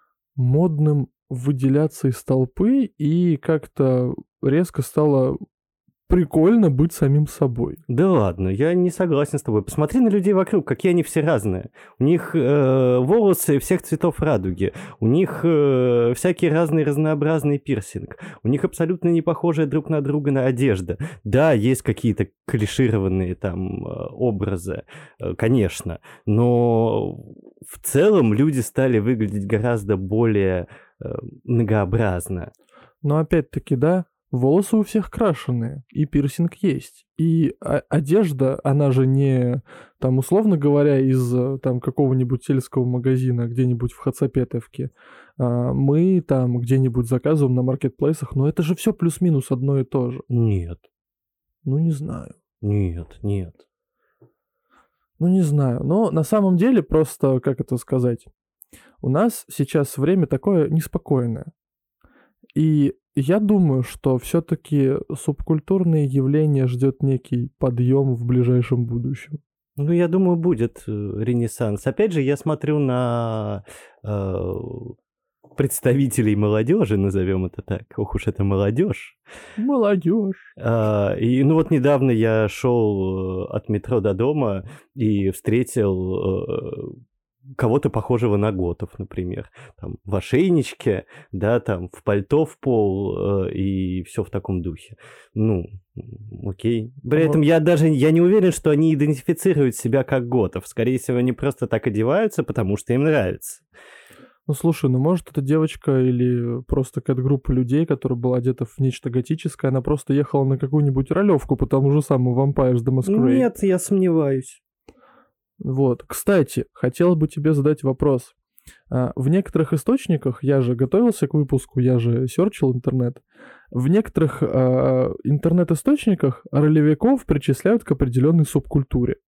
модным выделяться из толпы, и как-то резко стало прикольно быть самим собой. Да ладно, я не согласен с тобой. Посмотри на людей вокруг, какие они все разные. У них э, волосы всех цветов радуги, у них э, всякие разные разнообразные пирсинг, у них абсолютно не похожая друг на друга на одежда. Да, есть какие-то клишированные там образы, э, конечно, но в целом люди стали выглядеть гораздо более э, многообразно. Но опять-таки, да, волосы у всех крашеные, и пирсинг есть. И одежда, она же не, там, условно говоря, из там какого-нибудь сельского магазина где-нибудь в Хацапетовке. Мы там где-нибудь заказываем на маркетплейсах, но это же все плюс-минус одно и то же. Нет. Ну, не знаю. Нет, нет. Ну, не знаю. Но на самом деле просто, как это сказать, у нас сейчас время такое неспокойное. И я думаю, что все-таки субкультурное явление ждет некий подъем в ближайшем будущем. Ну, я думаю, будет ренессанс. Опять же, я смотрю на э, представителей молодежи, назовем это так. Ох уж это молодежь. Молодежь. А, и ну вот недавно я шел от метро до дома и встретил кого-то похожего на готов, например, там в ошейничке, да, там в пальто в пол э, и все в таком духе. Ну, окей. При этом я даже я не уверен, что они идентифицируют себя как готов. Скорее всего, они просто так одеваются, потому что им нравится. Ну, слушай, ну, может, это девочка или просто какая-то группа людей, которая была одета в нечто готическое, она просто ехала на какую-нибудь ролевку по тому же самому Vampires the Masquerade. Нет, я сомневаюсь. Вот. Кстати, хотел бы тебе задать вопрос. В некоторых источниках, я же готовился к выпуску, я же серчил интернет, в некоторых э, интернет-источниках ролевиков причисляют к определенной субкультуре.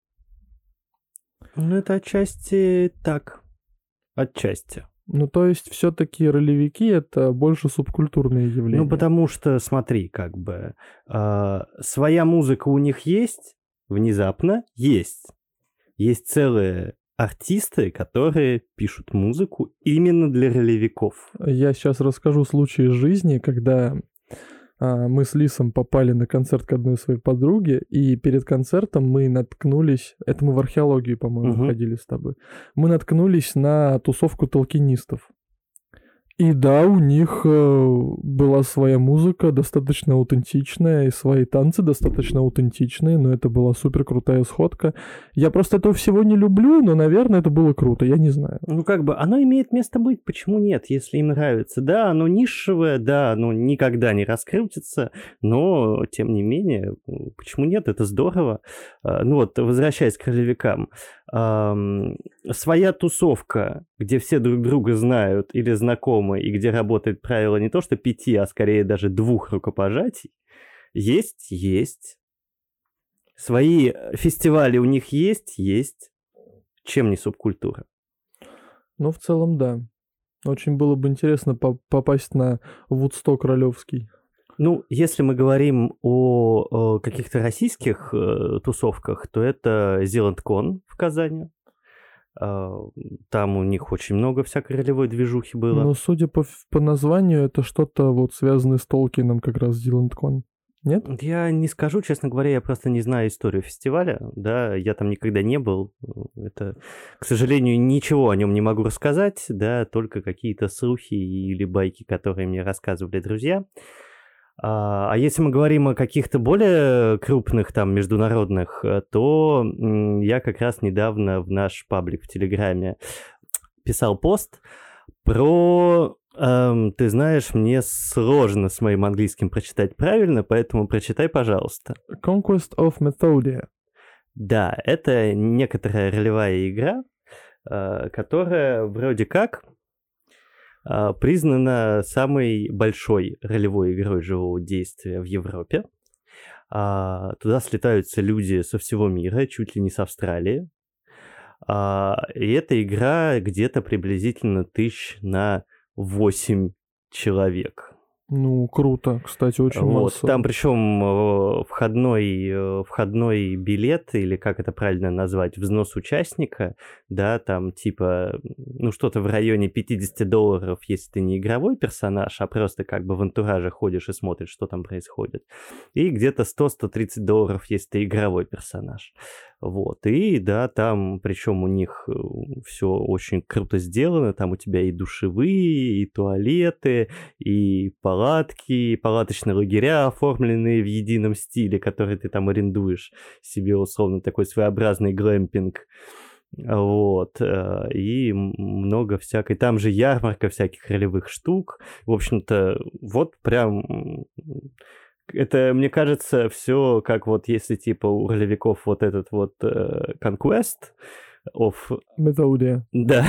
Ну, это отчасти так. Отчасти. Ну, то есть, все-таки ролевики — это больше субкультурные явления. Ну, потому что, смотри, как бы, э, своя музыка у них есть, внезапно есть. Есть целые артисты, которые пишут музыку именно для ролевиков. Я сейчас расскажу случай из жизни, когда а, мы с Лисом попали на концерт к одной своей подруге, и перед концертом мы наткнулись, это мы в археологию, по-моему, угу. ходили с тобой, мы наткнулись на тусовку толкинистов. И да, у них э, была своя музыка, достаточно аутентичная, и свои танцы достаточно аутентичные, но это была супер крутая сходка. Я просто этого всего не люблю, но, наверное, это было круто, я не знаю. Ну, как бы, оно имеет место быть, почему нет, если им нравится. Да, оно нишевое, да, оно никогда не раскрутится, но, тем не менее, почему нет, это здорово. Ну вот, возвращаясь к ролевикам. Своя тусовка, где все друг друга знают или знакомы, и где работает правило не то что пяти, а скорее даже двух рукопожатий, есть, есть. Свои фестивали у них есть, есть. Чем не субкультура? Ну, в целом, да. Очень было бы интересно по- попасть на Вудсток ролевский. Ну, если мы говорим о, о каких-то российских э, тусовках, то это ZealandCon в Казани. Э, там у них очень много всякой ролевой движухи было. Но судя по, по названию, это что-то вот связанное с Толкином, как раз ZealandCon. Нет? Я не скажу, честно говоря, я просто не знаю историю фестиваля, да, я там никогда не был, это, к сожалению, ничего о нем не могу рассказать, да, только какие-то слухи или байки, которые мне рассказывали друзья. А если мы говорим о каких-то более крупных там международных, то я как раз недавно в наш паблик в Телеграме писал пост про... Эм, ты знаешь, мне сложно с моим английским прочитать правильно, поэтому прочитай, пожалуйста. Conquest of Methodia. Да, это некоторая ролевая игра, э, которая вроде как... признана самой большой ролевой игрой живого действия в Европе. Туда слетаются люди со всего мира, чуть ли не с Австралии. И эта игра где-то приблизительно тысяч на восемь человек. Ну, круто, кстати, очень вот. массово. Там причем входной, входной билет, или как это правильно назвать, взнос участника, да, там типа, ну, что-то в районе пятьдесят долларов, если ты не игровой персонаж, а просто как бы в антураже ходишь и смотришь, что там происходит. И где-то сто - сто тридцать долларов, если ты игровой персонаж. Вот, и да, там, причем у них все очень круто сделано, там у тебя и душевые, и туалеты, и палатки, и палаточные лагеря, оформленные в едином стиле, который ты там арендуешь себе, условно, такой своеобразный глэмпинг. Вот, и много всякой, там же ярмарка всяких ролевых штук, в общем-то, вот прям... Это, мне кажется, все как вот если типа у ролевиков вот этот вот uh, Conquest of... Methodia. Да.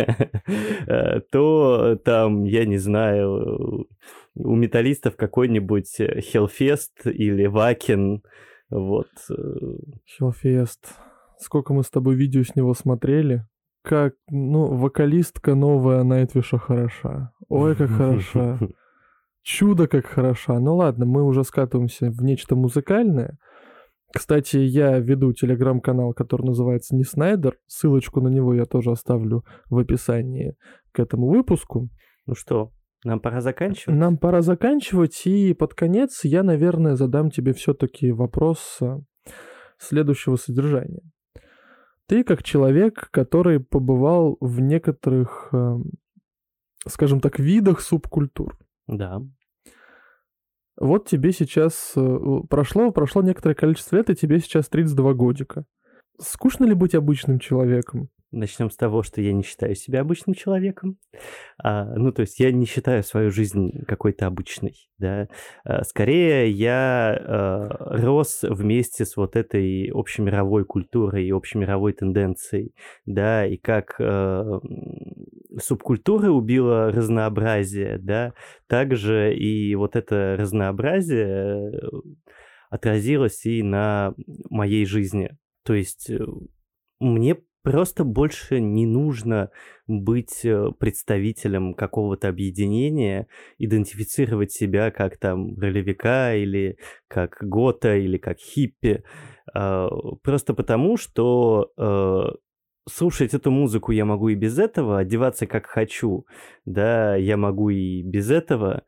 То там, я не знаю, у металлистов какой-нибудь Hellfest или Wacken. Вот. Hellfest. Сколько мы с тобой видео с него смотрели. Как, ну, вокалистка новая Найтвиша хороша. Ой, как хороша. Чудо как хороша. Ну ладно, мы уже скатываемся в нечто музыкальное. Кстати, я веду телеграм-канал, который называется «Не Снайдер». Ссылочку на него я тоже оставлю в описании к этому выпуску. Ну что, нам пора заканчивать? Нам пора заканчивать, и под конец я, наверное, задам тебе все-таки вопрос следующего содержания. Ты как человек, который побывал в некоторых, скажем так, видах субкультур. Да. Вот тебе сейчас прошло, прошло некоторое количество лет, и тебе сейчас тридцать два годика. Скучно ли быть обычным человеком? Начнем с того, что я не считаю себя обычным человеком. А, ну, то есть я не считаю свою жизнь какой-то обычной, да. А, скорее, я а, рос вместе с вот этой общемировой культурой и общемировой тенденцией, да, и как а, субкультура убила разнообразие, да, также и вот это разнообразие отразилось и на моей жизни. То есть мне просто больше не нужно быть представителем какого-то объединения, идентифицировать себя как там ролевика или как гота или как хиппи, просто потому, что слушать эту музыку я могу и без этого, одеваться как хочу, да, я могу и без этого.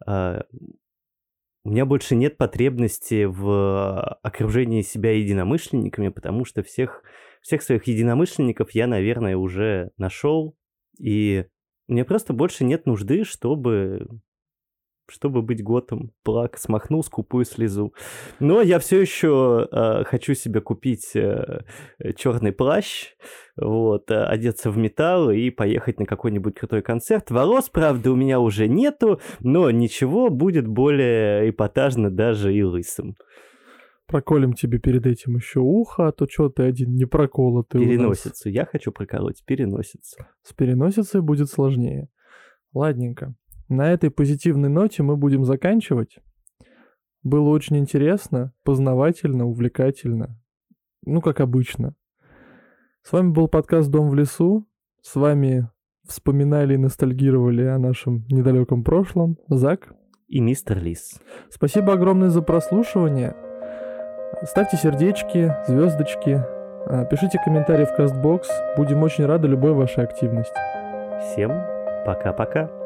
У меня больше нет потребности в окружении себя единомышленниками, потому что всех, всех своих единомышленников я, наверное, уже нашел, и мне просто больше нет нужды, чтобы, чтобы быть готом. Плак, смахнул скупую слезу. Но я все еще э, хочу себе купить э, черный плащ, вот, одеться в металл и поехать на какой-нибудь крутой концерт. Волос, правда, у меня уже нету, но ничего, будет более эпатажно даже и лысым. Проколем тебе перед этим еще ухо, а то что ты один не проколотый. Переносицу. Я хочу проколоть переносицу. С переносицей будет сложнее. Ладненько. На этой позитивной ноте мы будем заканчивать. Было очень интересно, познавательно, увлекательно. Ну, как обычно. С вами был подкаст «Дом в лесу». С вами вспоминали и ностальгировали о нашем недалеком прошлом Зак и мистер Лис. Спасибо огромное за прослушивание. Ставьте сердечки, звездочки, пишите комментарии в Кастбокс. Будем очень рады любой вашей активности. Всем пока-пока.